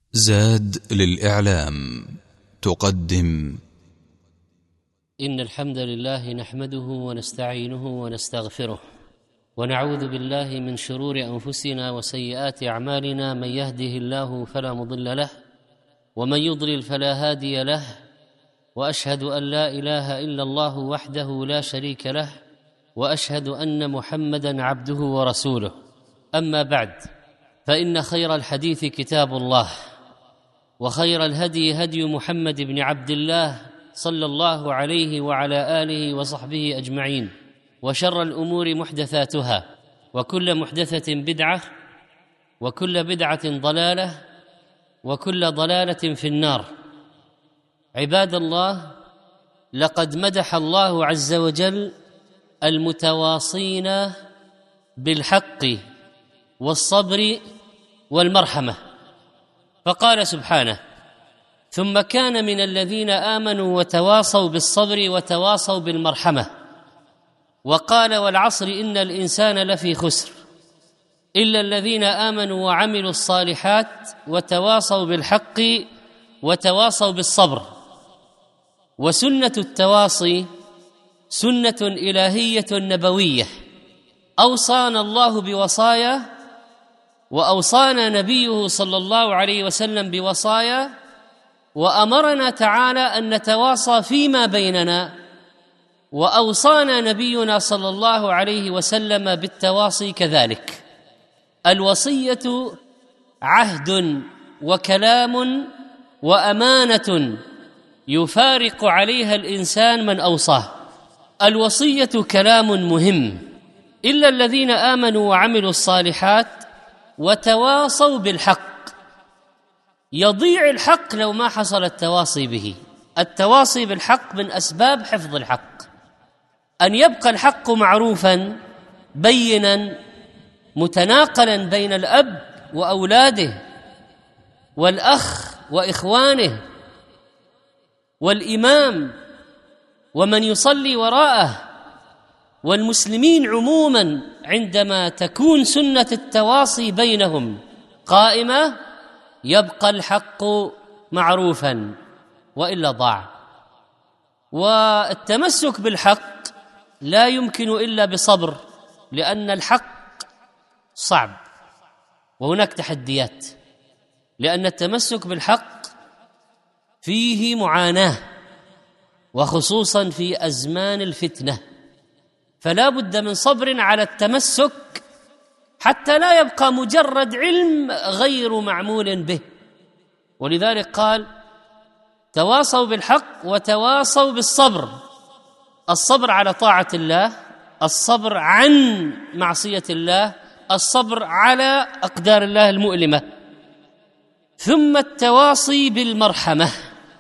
زاد للإعلام تقدم. إن الحمد لله نحمده ونستعينه ونستغفره ونعوذ بالله من شرور أنفسنا وسيئات أعمالنا. من يهده الله فلا مضل له ومن يضلل فلا هادي له، وأشهد أن لا إله إلا الله وحده لا شريك له، وأشهد أن محمدًا عبده ورسوله. أما بعد، فإن خير الحديث كتاب الله، وخير الهدي هدي محمد بن عبد الله صلى الله عليه وعلى آله وصحبه أجمعين، وشر الأمور محدثاتها، وكل محدثة بدعة، وكل بدعة ضلالة، وكل ضلالة في النار. عباد الله، لقد مدح الله عز وجل المتواصين بالحق والصبر والمرحمة، فقال سبحانه: ثم كان من الذين آمنوا وتواصوا بالصبر وتواصوا بالمرحمة. وقال: والعصر إن الإنسان لفي خسر إلا الذين آمنوا وعملوا الصالحات وتواصوا بالحق وتواصوا بالصبر. وسنة التواصي سنة إلهية نبوية، أوصانا الله بوصايا، وأوصانا نبيه صلى الله عليه وسلم بوصايا، وأمرنا تعالى أن نتواصى فيما بيننا، وأوصانا نبينا صلى الله عليه وسلم بالتواصي كذلك. الوصية عهد وكلام وأمانة يفارق عليها الإنسان من أوصاه. الوصية كلام مهم: إلا الذين آمنوا وعملوا الصالحات وتواصوا بالحق. يضيع الحق لو ما حصل التواصي به. التواصي بالحق من أسباب حفظ الحق، أن يبقى الحق معروفا بينا متناقلا بين الأب وأولاده، والأخ وإخوانه، والإمام ومن يصلي وراءه، والمسلمين عموما. عندما تكون سنة التواصي بينهم قائمة يبقى الحق معروفا، وإلا ضاع. والتمسك بالحق لا يمكن إلا بصبر، لأن الحق صعب وهناك تحديات، لأن التمسك بالحق فيه معاناة، وخصوصا في أزمان الفتنة، فلا بد من صبر على التمسك حتى لا يبقى مجرد علم غير معمول به. ولذلك قال: تواصوا بالحق وتواصوا بالصبر. الصبر على طاعة الله، الصبر عن معصية الله، الصبر على أقدار الله المؤلمة. ثم التواصي بالمرحمة.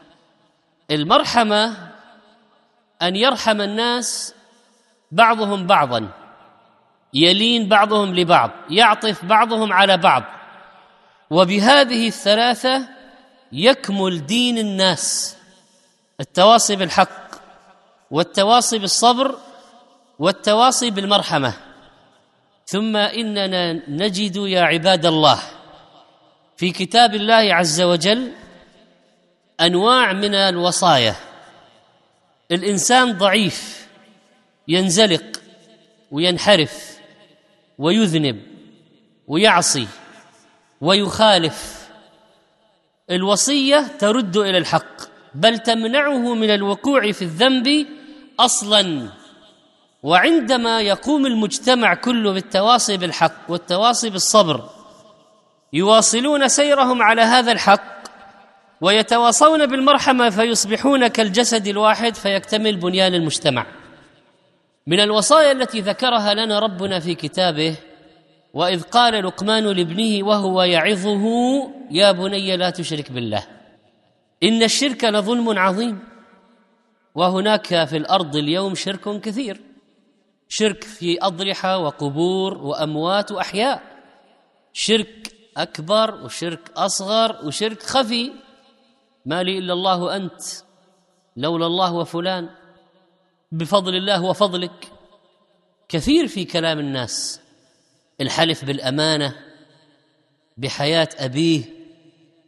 المرحمة أن يرحم الناس بعضهم بعضا، يلين بعضهم لبعض، يعطف بعضهم على بعض. وبهذه الثلاثة يكمل دين الناس: التواصي بالحق، والتواصي بالصبر، والتواصي بالمرحمة. ثم إننا نجد يا عباد الله في كتاب الله عز وجل أنواع من الوصايا. الإنسان ضعيف، ينزلق وينحرف ويذنب ويعصي ويخالف. الوصية ترد إلى الحق، بل تمنعه من الوقوع في الذنب أصلاً. وعندما يقوم المجتمع كله بالتواصي بالحق والتواصي بالصبر، يواصلون سيرهم على هذا الحق، ويتواصون بالمرحمة، فيصبحون كالجسد الواحد، فيكتمل بنيان المجتمع. من الوصايا التي ذكرها لنا ربنا في كتابه: وإذ قال لقمان لابنه وهو يعظه يا بني لا تشرك بالله إن الشرك لظلم عظيم. وهناك في الأرض اليوم شرك كثير، شرك في أضرحة وقبور وأموات وأحياء، شرك أكبر وشرك أصغر وشرك خفي. ما لي إلا الله أنت، لولا الله وفلان، بفضل الله وفضلك. كثير في كلام الناس: الحلف بالأمانة، بحياة أبيه،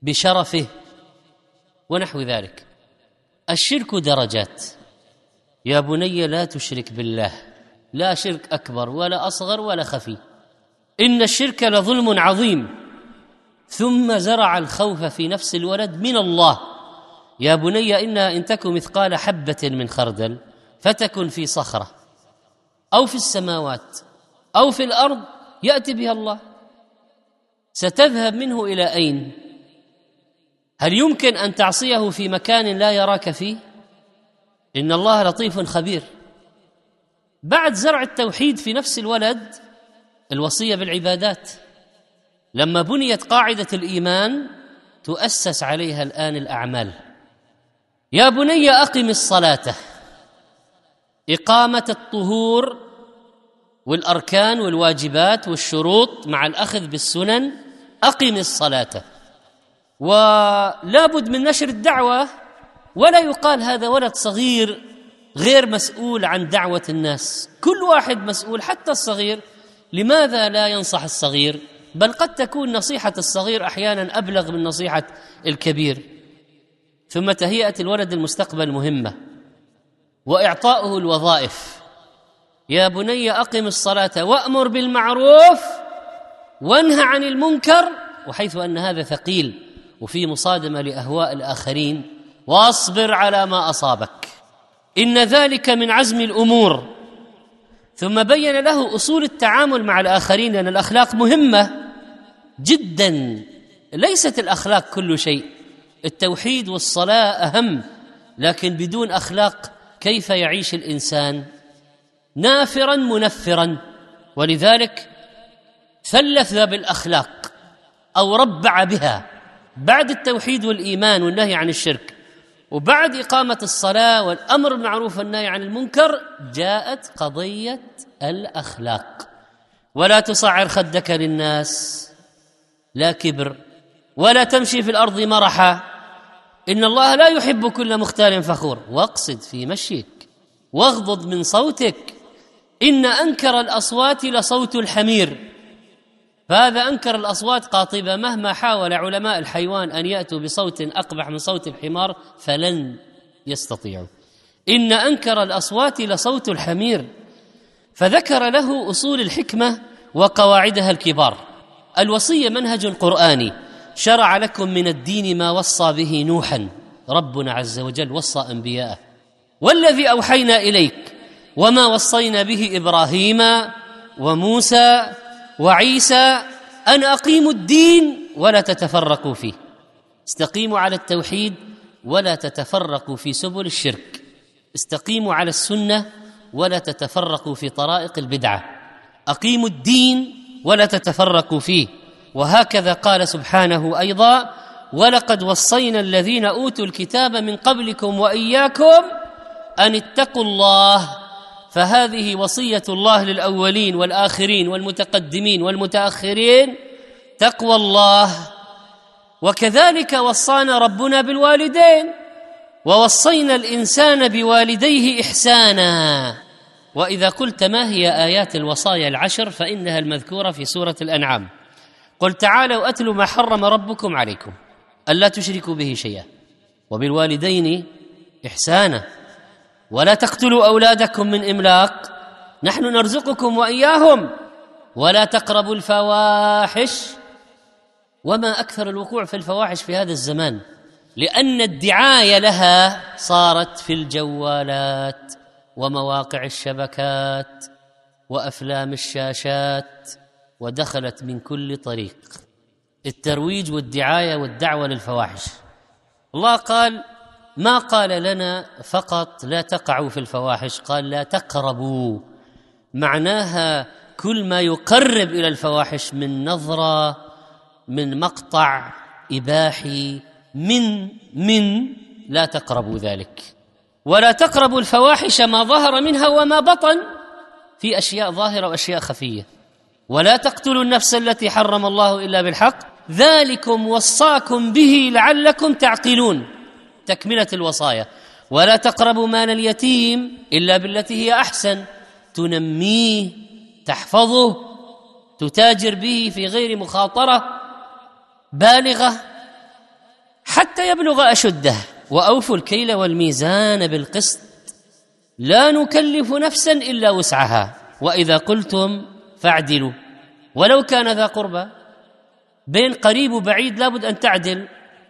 بشرفه ونحو ذلك. الشرك درجات. يا بني لا تشرك بالله، لا شرك أكبر ولا أصغر ولا خفي، إن الشرك لظلم عظيم. ثم زرع الخوف في نفس الولد من الله. يا بني إنها إن تك مثقال حبة من خردل فتكن في صخرة أو في السماوات أو في الأرض يأتي بها الله. ستذهب منه إلى أين؟ هل يمكن أن تعصيه في مكان لا يراك فيه؟ إن الله لطيف خبير. بعد زرع التوحيد في نفس الولد الوصية بالعبادات. لما بنيت قاعدة الإيمان تؤسس عليها الآن الأعمال. يا بني أقم الصلاة، إقامة الطهور والأركان والواجبات والشروط مع الأخذ بالسنن. أقم الصلاة. ولا بد من نشر الدعوة، ولا يقال هذا ولد صغير غير مسؤول عن دعوة الناس. كل واحد مسؤول حتى الصغير. لماذا لا ينصح الصغير؟ بل قد تكون نصيحة الصغير أحيانا أبلغ من نصيحة الكبير. ثم تهيئة الولد المستقبل مهمة، وإعطاؤه الوظائف. يا بني أقم الصلاة وأمر بالمعروف وانهى عن المنكر، وحيث أن هذا ثقيل وفي مصادمة لأهواء الآخرين، واصبر على ما أصابك إن ذلك من عزم الأمور. ثم بين له أصول التعامل مع الآخرين، لأن الأخلاق مهمة جدا. ليست الأخلاق كل شيء، التوحيد والصلاة أهم، لكن بدون أخلاق كيف يعيش الإنسان؟ نافرا منفرا. ولذلك ثلث بالأخلاق أو ربع بها بعد التوحيد والإيمان والنهي عن الشرك، وبعد إقامة الصلاة والأمر بالمعروف والنهي عن المنكر جاءت قضية الأخلاق. ولا تصعر خدك للناس، لا كبر، ولا تمشي في الأرض مرحا، إن الله لا يحب كل مختال فخور، واقصد في مشيك واغضض من صوتك، إن أنكر الأصوات لصوت الحمير. فهذا أنكر الأصوات قاطبة، مهما حاول علماء الحيوان أن يأتوا بصوت أقبح من صوت الحمار فلن يستطيعوا. إن أنكر الأصوات لصوت الحمير. فذكر له أصول الحكمة وقواعدها الكبار. الوصية منهج قرآني. شرع لكم من الدين ما وصى به نوحا، ربنا عز وجل وصى أنبياءه، والذي أوحينا إليك وما وصينا به إبراهيم وموسى وعيسى أن أقيموا الدين ولا تتفرقوا فيه. استقيموا على التوحيد ولا تتفرقوا في سبل الشرك، استقيموا على السنة ولا تتفرقوا في طرائق البدعة، أقيموا الدين ولا تتفرقوا فيه. وهكذا قال سبحانه أيضا: ولقد وصينا الذين أوتوا الكتاب من قبلكم وإياكم أن اتقوا الله. فهذه وصية الله للأولين والآخرين والمتقدمين والمتأخرين، تقوى الله. وكذلك وصانا ربنا بالوالدين، ووصينا الإنسان بوالديه إحسانا. وإذا قلت ما هي آيات الوصايا العشر فإنها المذكورة في سورة الأنعام. قل تعالوا أتل ما حرم ربكم عليكم ألا تشركوا به شيئا وبالوالدين إحسانا ولا تقتلوا أولادكم من إملاق نحن نرزقكم وإياهم ولا تقربوا الفواحش. وما أكثر الوقوع في الفواحش في هذا الزمان، لأن الدعاية لها صارت في الجوالات ومواقع الشبكات وأفلام الشاشات، ودخلت من كل طريق الترويج والدعاية والدعوة للفواحش. الله قال ما قال لنا فقط لا تقعوا في الفواحش، قال لا تقربوا، معناها كل ما يقرب إلى الفواحش من نظرة، من مقطع إباحي، من لا تقربوا ذلك. ولا تقربوا الفواحش ما ظهر منها وما بطن، في أشياء ظاهرة وأشياء خفية. ولا تقتلوا النفس التي حرم الله إلا بالحق ذلكم وصاكم به لعلكم تعقلون، تكملة الوصايا. ولا تقربوا مال اليتيم إلا بالتي هي أحسن، تنميه، تحفظه، تتاجر به في غير مخاطرة بالغة. حتى يبلغ أشده. وأوفوا الكيل والميزان بالقسط لا نكلف نفسا إلا وسعها وإذا قلتم فاعدلوا ولو كان ذا قربى. بين قريب وبعيد لابد أن تعدل،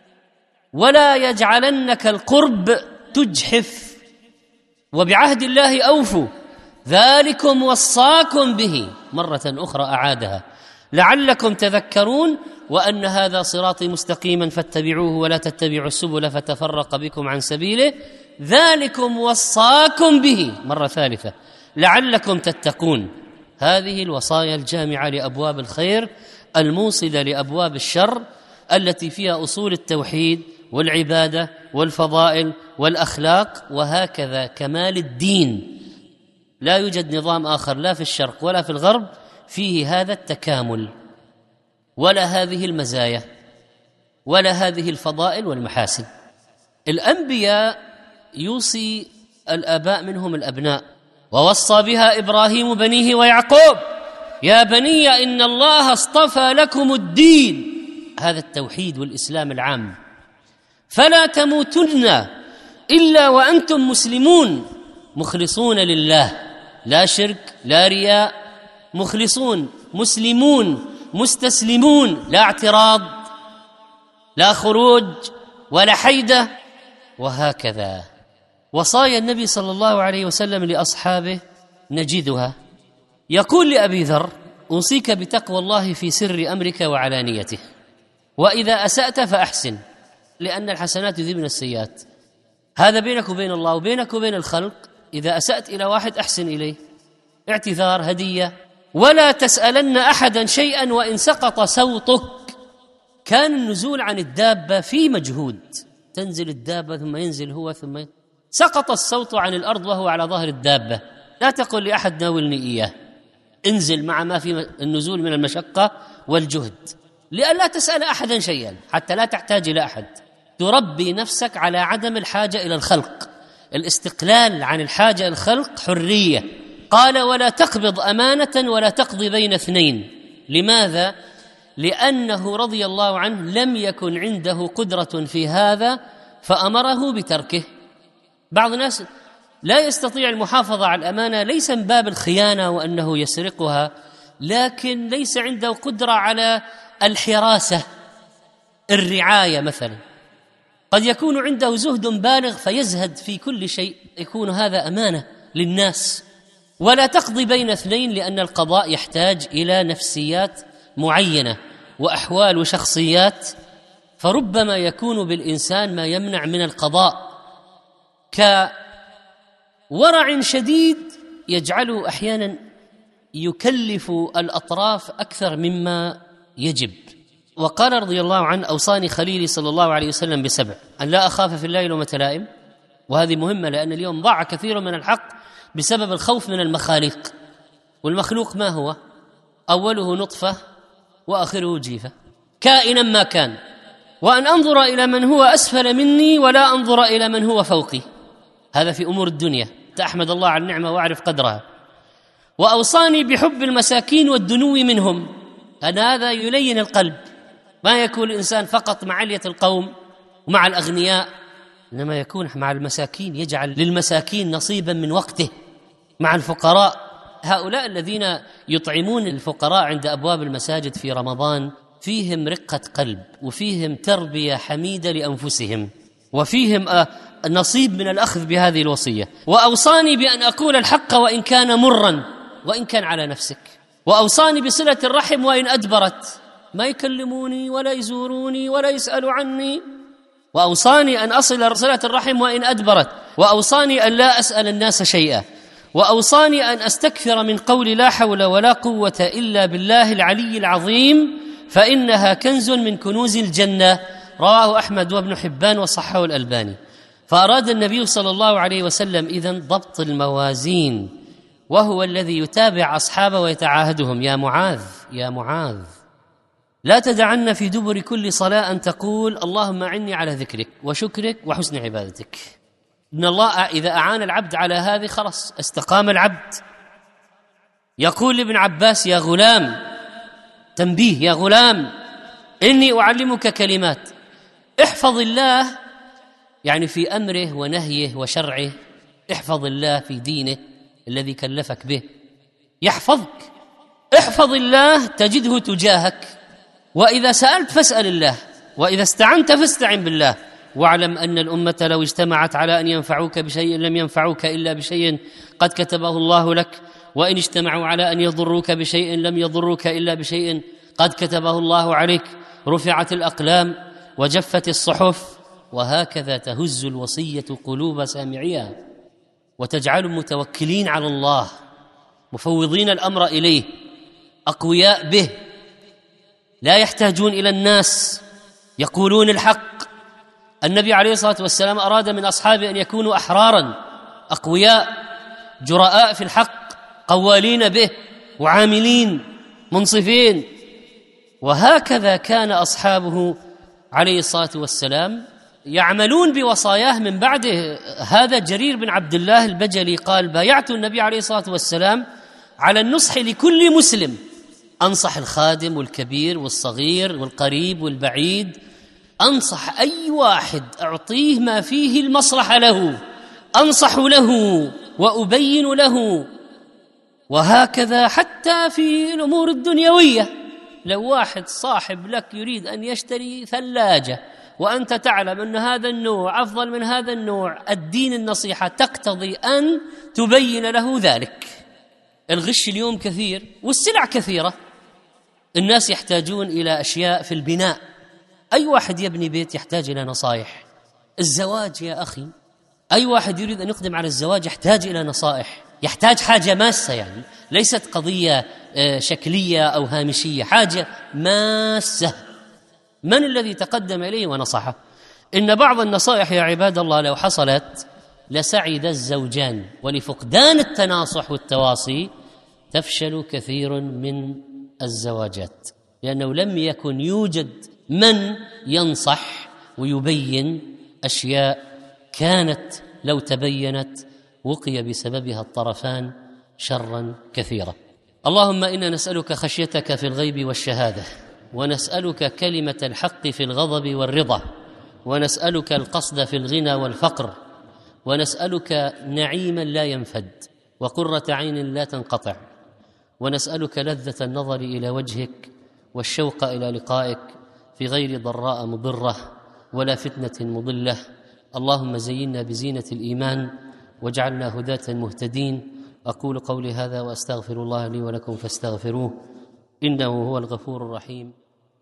ولا يجعلنك القرب تجحف، وبعهد الله أوفوا ذلكم وصاكم به، مرة أخرى أعادها لعلكم تذكرون، وأن هذا صراطي مستقيما فاتبعوه ولا تتبعوا السبل فتفرق بكم عن سبيله، ذلكم وصاكم به، مرة ثالثة لعلكم تتقون. هذه الوصايا الجامعة لأبواب الخير الموصلة لأبواب الشر، التي فيها أصول التوحيد والعبادة والفضائل والأخلاق، وهكذا كمال الدين. لا يوجد نظام آخر لا في الشرق ولا في الغرب فيه هذا التكامل ولا هذه المزايا ولا هذه الفضائل والمحاسن. الأنبياء يوصي الآباء منهم الأبناء، ووصى بها إبراهيم بنيه ويعقوب يا بني إن الله اصطفى لكم الدين، هذا التوحيد والإسلام العام، فلا تموتن إلا وأنتم مسلمون مخلصون لله، لا شرك لا رياء، مخلصون مسلمون مستسلمون، لا اعتراض لا خروج ولا حيدة. وهكذا وصايا النبي صلى الله عليه وسلم لأصحابه نجدها. يقول لأبي ذر أوصيك بتقوى الله في سر أمرك وعلانيته، وإذا أسأت فأحسن لأن الحسنات يذهبن السيئات. هذا بينك وبين الله وبينك وبين الخلق. إذا أسأت إلى واحد أحسن إليه، اعتذار، هدية. ولا تسألن أحدا شيئا وإن سقط صوتك. كان النزول عن الدابة في مجهود، تنزل الدابة ثم ينزل هو ثم سقط الصوت عن الأرض وهو على ظهر الدابة، لا تقل لأحد ناولني إياه، انزل مع ما في النزول من المشقة والجهد، لئلا تسأل أحدا شيئا حتى لا تحتاج إلى أحد. تربي نفسك على عدم الحاجة إلى الخلق، الاستقلال عن الحاجة إلى الخلق حرية. قال ولا تقبض أمانة ولا تقضي بين اثنين. لماذا؟ لأنه رضي الله عنه لم يكن عنده قدرة في هذا فأمره بتركه. بعض الناس لا يستطيع المحافظة على الأمانة، ليس من باب الخيانة وأنه يسرقها، لكن ليس عنده قدرة على الحراسة، الرعاية مثلا. قد يكون عنده زهد بالغ فيزهد في كل شيء، يكون هذا أمانة للناس. ولا تقضي بين اثنين، لأن القضاء يحتاج إلى نفسيات معينة وأحوال وشخصيات، فربما يكون بالإنسان ما يمنع من القضاء، كورع شديد يجعله أحيانا يكلف الأطراف أكثر مما يجب. وقال رضي الله عنه أوصاني خليلي صلى الله عليه وسلم بسبع: أن لا أخاف في الله لومة لائم. وهذه مهمة، لأن اليوم ضاع كثير من الحق بسبب الخوف من المخاليق. والمخلوق ما هو؟ أوله نطفة وآخره جيفة، كائنا ما كان. وأن أنظر إلى من هو أسفل مني ولا أنظر إلى من هو فوقي، هذا في أمور الدنيا، تحمد الله على النعمة وأعرف قدرها. وأوصاني بحب المساكين والدنو منهم، أن هذا يلين القلب، ما يكون الإنسان فقط مع علية القوم ومع الأغنياء، إنما يكون مع المساكين، يجعل للمساكين نصيبا من وقته، مع الفقراء. هؤلاء الذين يطعمون الفقراء عند أبواب المساجد في رمضان فيهم رقة قلب، وفيهم تربية حميدة لأنفسهم، وفيهم نصيب من الأخذ بهذه الوصية. وأوصاني بأن أقول الحق وإن كان مرا، وإن كان على نفسك. وأوصاني بصلة الرحم وإن أدبرت، ما يكلموني ولا يزوروني ولا يسألوا عني. وأوصاني أن أصل صلة الرحم وإن أدبرت. وأوصاني أن لا أسأل الناس شيئا. وأوصاني أن أستكثر من قول لا حول ولا قوة إلا بالله العلي العظيم، فإنها كنز من كنوز الجنة. رواه أحمد وابن حبان وصححه الألباني. فأراد النبي صلى الله عليه وسلم إذن ضبط الموازين، وهو الذي يتابع أصحابه ويتعاهدهم: يا معاذ يا معاذ، لا تدعن في دبر كل صلاة أن تقول اللهم أعني على ذكرك وشكرك وحسن عبادتك. إن الله إذا أعان العبد على هذه خلص استقام العبد. يقول لابن عباس: يا غلام، تنبيه، يا غلام، إني أعلمك كلمات احفظ الله يعني في أمره ونهيه وشرعه، احفظ الله في دينه الذي كلفك به يحفظك. احفظ الله تجده تجاهك، وإذا سألت فاسأل الله، وإذا استعنت فاستعن بالله. واعلم أن الأمة لو اجتمعت على أن ينفعوك بشيء لم ينفعوك إلا بشيء قد كتبه الله لك، وإن اجتمعوا على أن يضروك بشيء لم يضروك إلا بشيء قد كتبه الله عليك. رفعت الأقلام وجفت الصحف، وهكذا تهز الوصية قلوب سامعيها وتجعل متوكلين على الله، مفوضين الأمر إليه، أقوياء به، لا يحتاجون إلى الناس، يقولون الحق. النبي عليه الصلاة والسلام أراد من أصحابه أن يكونوا أحرارا أقوياء جراء في الحق، قوالين به وعاملين منصفين. وهكذا كان أصحابه عليه الصلاة والسلام يعملون بوصاياه من بعده. هذا جرير بن عبد الله البجلي قال: بايعت النبي عليه الصلاة والسلام على النصح لكل مسلم، أنصح الخادم والكبير والصغير والقريب والبعيد، أنصح أي واحد أعطيه ما فيه المصلحة له، أنصح له وأبين له. وهكذا حتى في الأمور الدنيوية، لو واحد صاحب لك يريد أن يشتري ثلاجة وأنت تعلم أن هذا النوع أفضل من هذا النوع، الدين النصيحة تقتضي أن تبين له ذلك. الغش اليوم كثير والسلع كثيرة، الناس يحتاجون إلى أشياء في البناء، أي واحد يبني بيت يحتاج إلى نصائح. الزواج يا أخي، أي واحد يريد أن يقدم على الزواج يحتاج إلى نصائح، يحتاج حاجة ماسة، يعني ليست قضية شكلية أو هامشية، حاجة ماسة. من الذي تقدم إليه ونصحه؟ إن بعض النصائح يا عباد الله لو حصلت لسعد الزوجان، ولفقدان التناصح والتواصي تفشل كثير من الزواجات، لأنه لم يكن يوجد من ينصح ويبين أشياء كانت لو تبينت وقي بسببها الطرفان شرا كثيرا. اللهم إنا نسألك خشيتك في الغيب والشهادة، ونسألك كلمة الحق في الغضب والرضا، ونسألك القصد في الغنى والفقر، ونسألك نعيما لا ينفد وقرة عين لا تنقطع، ونسألك لذة النظر إلى وجهك والشوق إلى لقائك في غير ضراء مضرة ولا فتنة مضلة. اللهم زينا بزينة الإيمان واجعلنا هداة مهتدين. أقول قولي هذا وأستغفر الله لي ولكم فاستغفروه إنه هو الغفور الرحيم.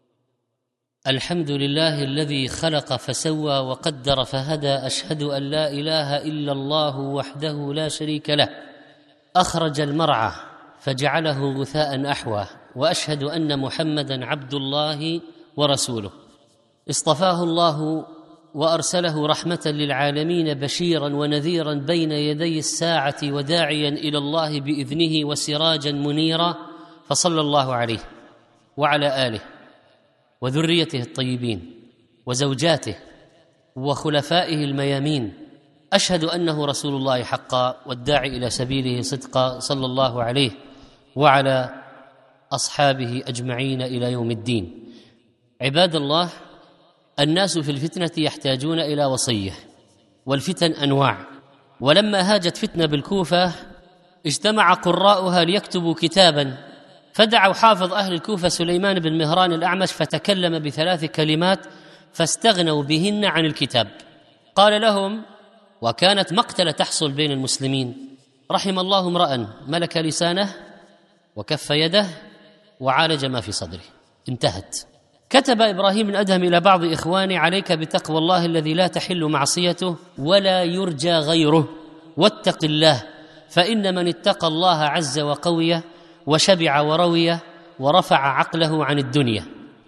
الحمد لله الذي خلق فسوى وقدر فهدى، أشهد أن لا إله إلا الله وحده لا شريك له، أخرج المرعى فجعله غثاء أحوى، وأشهد أن محمدًا عبد الله ورسوله، اصطفاه الله وأرسله رحمة للعالمين بشيرا ونذيرا بين يدي الساعة وداعيا إلى الله بإذنه وسراجا منيرا، فصلى الله عليه وعلى آله وذريته الطيبين وزوجاته وخلفائه الميامين. أشهد أنه رسول الله حقا والداعي إلى سبيله صدقا، صلى الله عليه وعلى أصحابه أجمعين إلى يوم الدين. عباد الله، الناس في الفتنة يحتاجون إلى وصية، والفتن أنواع. ولما هاجت فتنة بالكوفة اجتمع قراؤها ليكتبوا كتابا، فدعوا حافظ أهل الكوفة سليمان بن مهران الأعمش فتكلم ب3 كلمات فاستغنوا بهن عن الكتاب. قال لهم، وكانت مقتلة تحصل بين المسلمين: رحم الله امرأ ملك لسانه وكف يده وعالج ما في صدره. انتهت. كتب إبراهيم الأدهم إلى بعض إخوانه: عليك بتقوى الله الذي لا تحل معصيته ولا يرجى غيره، واتق الله، فإن من اتقى الله عز وقوي وشبع وروي ورفع عقله عن الدنيا.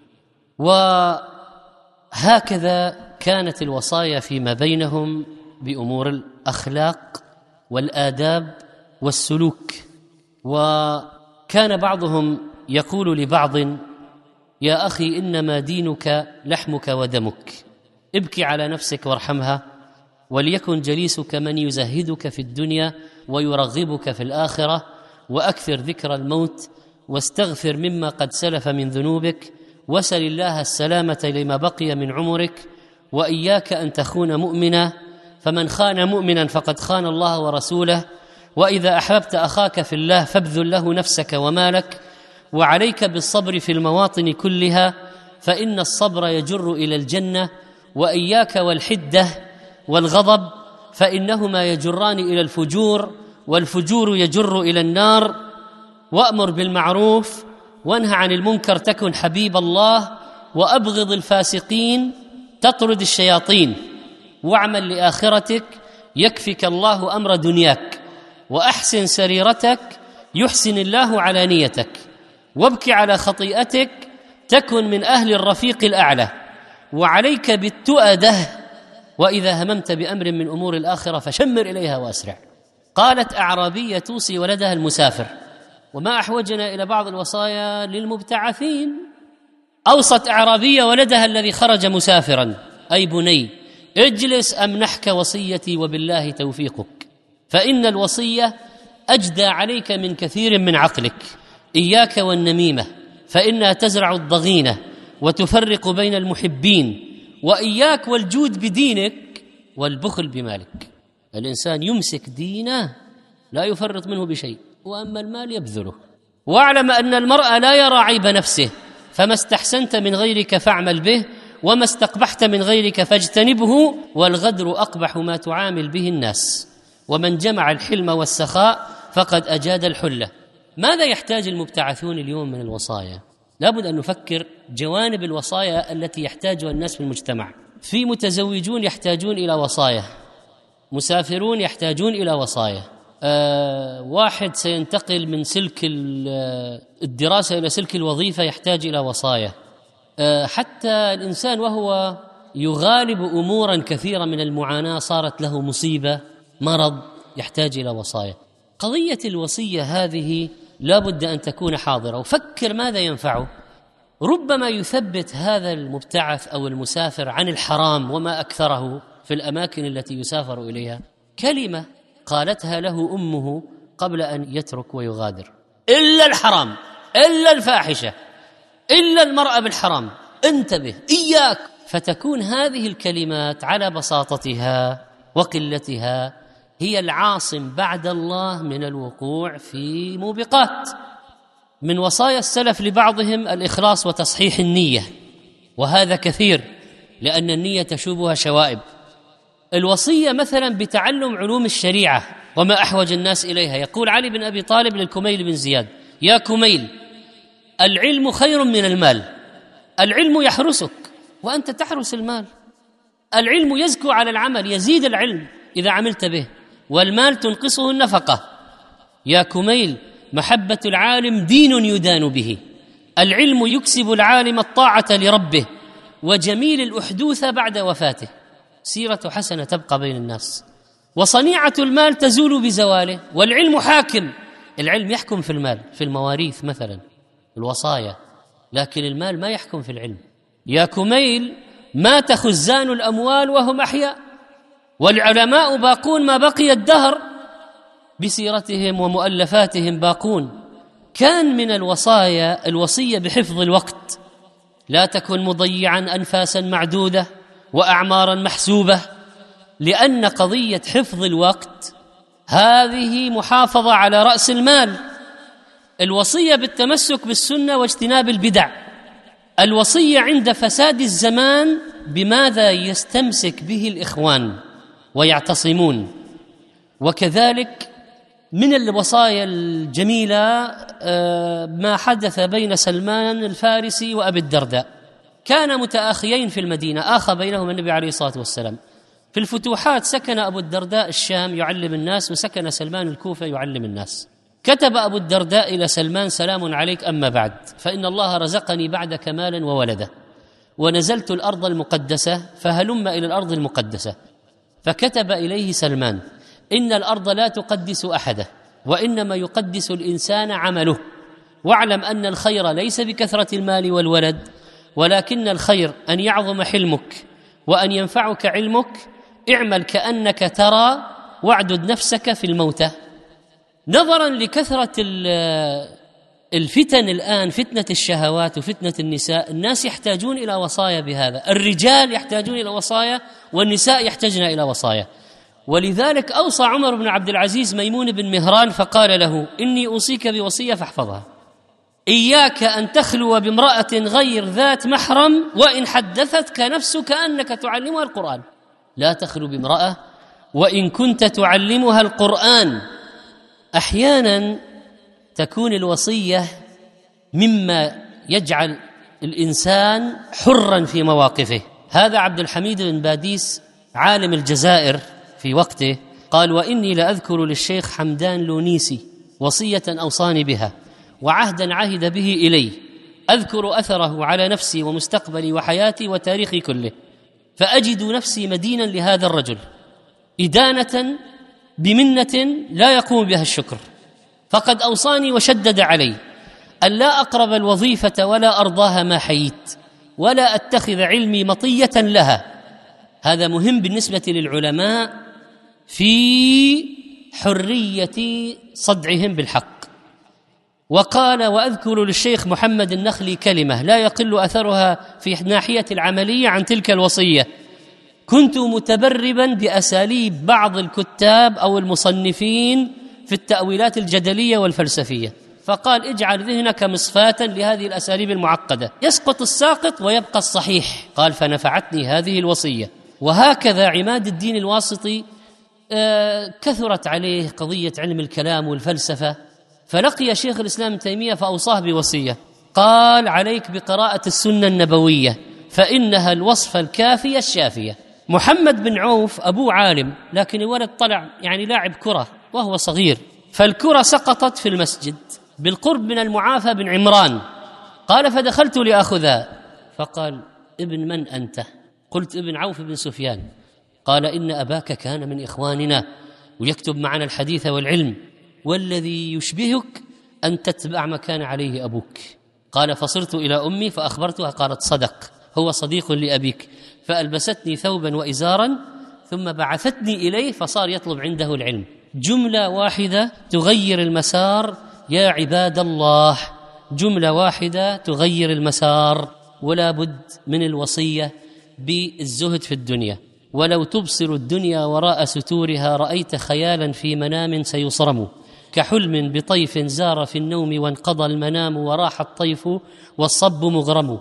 وهكذا كانت الوصايا فيما بينهم بأمور الأخلاق والآداب والسلوك. وكان بعضهم يقول لبعض: يا أخي، إنما دينك لحمك ودمك، ابكي على نفسك وارحمها، وليكن جليسك من يزهدك في الدنيا ويرغبك في الآخرة، وأكثر ذكر الموت، واستغفر مما قد سلف من ذنوبك، وسل الله السلامة لما بقي من عمرك، وإياك أن تخون مؤمنا، فمن خان مؤمنا فقد خان الله ورسوله، وإذا أحببت أخاك في الله فابذل له نفسك ومالك، وعليك بالصبر في المواطن كلها فإن الصبر يجر إلى الجنة، وإياك والحدة والغضب فإنهما يجران إلى الفجور، والفجور يجر إلى النار. وأمر بالمعروف وانهى عن المنكر تكن حبيب الله، وأبغض الفاسقين تطرد الشياطين، واعمل لآخرتك يكفك الله أمر دنياك، وأحسن سريرتك يحسن الله علانيتك، وابكي على خطيئتك تكن من أهل الرفيق الأعلى، وعليك بالتؤدة، وإذا هممت بأمر من أمور الآخرة فشمر إليها وأسرع. قالت أعرابية توصي ولدها المسافر، وما أحوجنا إلى بعض الوصايا للمبتعثين. أوصت أعرابية ولدها الذي خرج مسافرا: أي بني اجلس أمنحك وصيتي وبالله توفيقك، فإن الوصية أجدى عليك من كثير من عقلك. إياك والنميمة فإنها تزرع الضغينة وتفرق بين المحبين، وإياك والجود بدينك والبخل بمالك. الإنسان يمسك دينه لا يفرط منه بشيء، وأما المال يبذله. واعلم أن المرء لا يرى عيب نفسه، فما استحسنت من غيرك فاعمل به، وما استقبحت من غيرك فاجتنبه، والغدر أقبح ما تعامل به الناس، ومن جمع الحلم والسخاء فقد أجاد الحلة. ماذا يحتاج المبتعثون اليوم من الوصايا؟ لابد أن نفكر جوانب الوصايا التي يحتاجها الناس في المجتمع. في متزوجون يحتاجون إلى وصايا، مسافرون يحتاجون إلى وصايا، واحد سينتقل من سلك الدراسة إلى سلك الوظيفة يحتاج إلى وصايا، حتى الإنسان وهو يغالب أمورا كثيرة من المعاناة صارت له مصيبة مرض يحتاج إلى وصايا. قضية الوصية هذه لا بد أن تكون حاضرة، وفكر ماذا ينفعه. ربما يثبت هذا المبتعث أو المسافر عن الحرام وما أكثره في الأماكن التي يسافر إليها. كلمة قالتها له أمه قبل أن يترك ويغادر: إلا الحرام، إلا الفاحشة، إلا المرأة بالحرام، انتبه، إياك. فتكون هذه الكلمات على بساطتها وقلتها هي العاصم بعد الله من الوقوع في موبقات. من وصايا السلف لبعضهم الإخلاص وتصحيح النية، وهذا كثير لأن النية تشوبها شوائب. الوصية مثلا بتعلم علوم الشريعة وما أحوج الناس إليها. يقول علي بن أبي طالب للكميل بن زياد: يا كميل، العلم خير من المال، العلم يحرسك وأنت تحرس المال، العلم يزكو على العمل، يزيد العلم إذا عملت به، والمال تنقصه النفقة. يا كميل، محبة العالم دين يدان به، العلم يكسب العالم الطاعة لربه، وجميل الأحدوث بعد وفاته، سيرة حسنة تبقى بين الناس. وصنيعة المال تزول بزواله، والعلم حاكم، العلم يحكم في المال، في المواريث مثلا، الوصايا، لكن المال ما يحكم في العلم. يا كميل، مات خزان الأموال وهم أحياء، والعلماء باقون ما بقي الدهر، بسيرتهم ومؤلفاتهم باقون. كان من الوصايا الوصية بحفظ الوقت، لا تكن مضيعا أنفاسا معدودة وأعمارا محسوبة، لأن قضية حفظ الوقت هذه محافظة على رأس المال. الوصية بالتمسك بالسنة واجتناب البدع. الوصية عند فساد الزمان بماذا يستمسك به الإخوان ويعتصمون. وكذلك من الوصايا الجميلة ما حدث بين سلمان الفارسي وأبي الدرداء. كان متآخيين في المدينة، آخى بينهما النبي عليه الصلاة والسلام. في الفتوحات سكن أبو الدرداء الشام يعلم الناس، وسكن سلمان الكوفة يعلم الناس. كتب أبو الدرداء إلى سلمان: سلام عليك، أما بعد، فإن الله رزقني بعدك مالا وولدا، ونزلت الأرض المقدسة، فهلم إلى الأرض المقدسة. فكتب إليه سلمان: إن الأرض لا تقدس أحدا، وإنما يقدس الإنسان عمله، واعلم أن الخير ليس بكثرة المال والولد، ولكن الخير أن يعظم حلمك وأن ينفعك علمك، اعمل كأنك ترى، واعدد نفسك في الموتى. نظرا لكثرة الفتن الآن فتنة الشهوات وفتنة النساء، الناس يحتاجون إلى وصايا بهذا، الرجال يحتاجون إلى وصايا والنساء يحتاجن إلى وصايا. ولذلك أوصى عمر بن عبد العزيز ميمون بن مهران فقال له: إني أوصيك بوصية فاحفظها، إياك أن تخلو بامرأة غير ذات محرم وإن حدثتك نفسك أنك تعلمها القرآن. لا تخلو بامرأة وإن كنت تعلمها القرآن. أحيانا تكون الوصية مما يجعل الإنسان حرا في مواقفه. هذا عبد الحميد بن باديس عالم الجزائر في وقته قال: وإني لأذكر للشيخ حمدان لونيسي وصية أوصاني بها وعهدا عهد به إلي، أذكر أثره على نفسي ومستقبلي وحياتي وتاريخي كله، فأجد نفسي مدينا لهذا الرجل إدانة بمنة لا يقوم بها الشكر، فقد أوصاني وشدد علي أن لا أقرب الوظيفة ولا أرضاها ما حييت، ولا أتخذ علمي مطية لها. هذا مهم بالنسبة للعلماء في حرية صدعهم بالحق. وقال: وأذكر للشيخ محمد النخلي كلمة لا يقل أثرها في ناحية العملية عن تلك الوصية: كنت متبربا بأساليب بعض الكتاب أو المصنفين في التأويلات الجدلية والفلسفية، فقال: اجعل ذهنك مصفاة لهذه الأساليب المعقدة، يسقط الساقط ويبقى الصحيح. قال: فنفعتني هذه الوصية. وهكذا عماد الدين الواسطي كثرت عليه قضية علم الكلام والفلسفة، فلقي شيخ الإسلام ابن تيمية فأوصاه بوصية، قال: عليك بقراءة السنة النبوية فإنها الوصفة الكافية الشافية. محمد بن عوف أبوه عالم، لكن الولد طلع يعني لاعب كرة وهو صغير، فالكرة سقطت في المسجد بالقرب من المعافى بن عمران. قال: فدخلت لأخذها، فقال: ابن من أنت؟ قلت: ابن عوف بن سفيان. قال: إن أباك كان من إخواننا ويكتب معنا الحديث والعلم، والذي يشبهك أن تتبع ما كان عليه أبوك. قال: فصرت إلى أمي فأخبرتها، قالت: صدق، هو صديق لأبيك. فألبستني ثوبا وإزارا ثم بعثتني إليه فصار يطلب عنده العلم. جملة واحدة تغير المسار يا عباد الله، جملة واحدة تغير المسار. ولا بد من الوصية بالزهد في الدنيا. ولو تبصر الدنيا وراء ستورها رأيت خيالا في منام سيصرم، كحلم بطيف زار في النوم وانقضى المنام وراح الطيف والصب مغرم،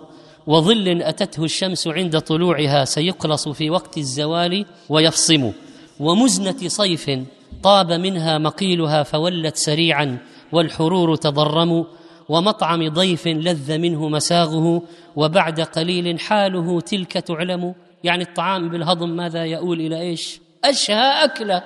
وظل أتته الشمس عند طلوعها سيقلص في وقت الزوال ويفصم، ومزنة صيف طاب منها مقيلها فولت سريعا والحرور تضرم، ومطعم ضيف لذ منه مساغه وبعد قليل حاله تلك تعلم. يعني الطعام بالهضم ماذا يؤول إلى إيش؟ أشهى أكله.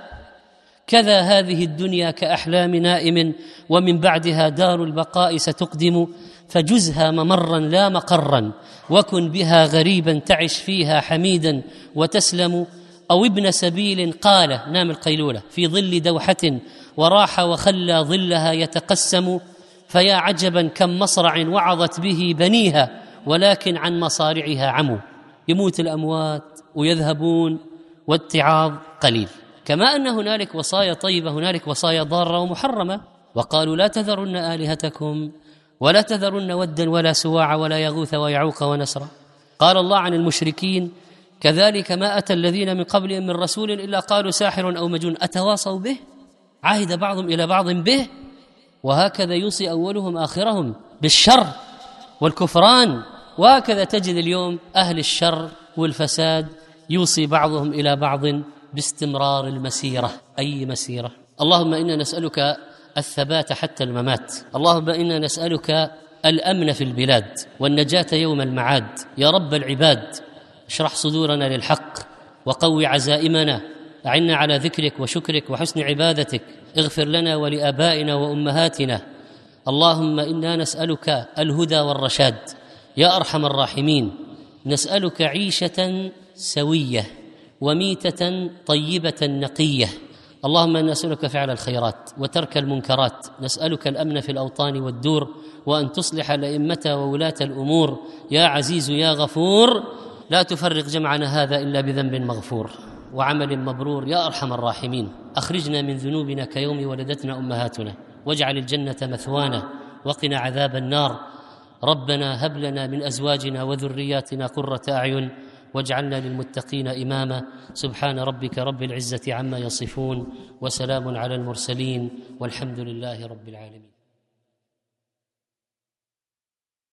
كذا هذه الدنيا كأحلام نائم ومن بعدها دار البقاء ستقدم، فجزها ممرا لا مقرا وكن بها غريبا تعش فيها حميدا وتسلم، أو ابن سبيل قال نام القيلولة في ظل دوحة وراح وخلى ظلها يتقسم، فيا عجبا كم مصرع وعظت به بنيها ولكن عن مصارعها عموا. يموت الأموات ويذهبون والاتعاظ قليل. كما أن هنالك وصايا طيبة هنالك وصايا ضارة ومحرمة. وقالوا: لا تذرن آلهتكم ولا تذرن ودا ولا سواع ولا يغوث ويعوق ونسرا. قال الله عن المشركين: كذلك ما أتى الذين من قبلهم من رسول إلا قالوا ساحر أو مجنون أتواصوا به، عهد بعضهم إلى بعض به. وهكذا يوصي أولهم آخرهم بالشر والكفران. وهكذا تجد اليوم أهل الشر والفساد يوصي بعضهم إلى بعض باستمرار المسيرة. أي مسيرة؟ اللهم إنا نسألك الثبات حتى الممات، اللهم إنا نسألك الأمن في البلاد والنجاة يوم المعاد. يا رب العباد اشرح صدورنا للحق وقوي عزائمنا، أعنا على ذكرك وشكرك وحسن عبادتك، اغفر لنا ولآبائنا وأمهاتنا. اللهم إنا نسألك الهدى والرشاد يا أرحم الراحمين. نسألك عيشة سوية وميتة طيبة نقية. اللهم إنا نسألك فعل الخيرات وترك المنكرات، نسألك الأمن في الأوطان والدور، وأن تصلح الأئمة وولاة الأمور. يا عزيز يا غفور لا تفرق جمعنا هذا إلا بذنب مغفور وعمل مبرور يا أرحم الراحمين. أخرجنا من ذنوبنا كيوم ولدتنا أمهاتنا، واجعل الجنة مثوانا وقنا عذاب النار. ربنا هب لنا من أزواجنا وذرياتنا قرة أعين واجعلنا للمتقين إماما. سبحان ربك رب العزة عما يصفون وسلام على المرسلين والحمد لله رب العالمين.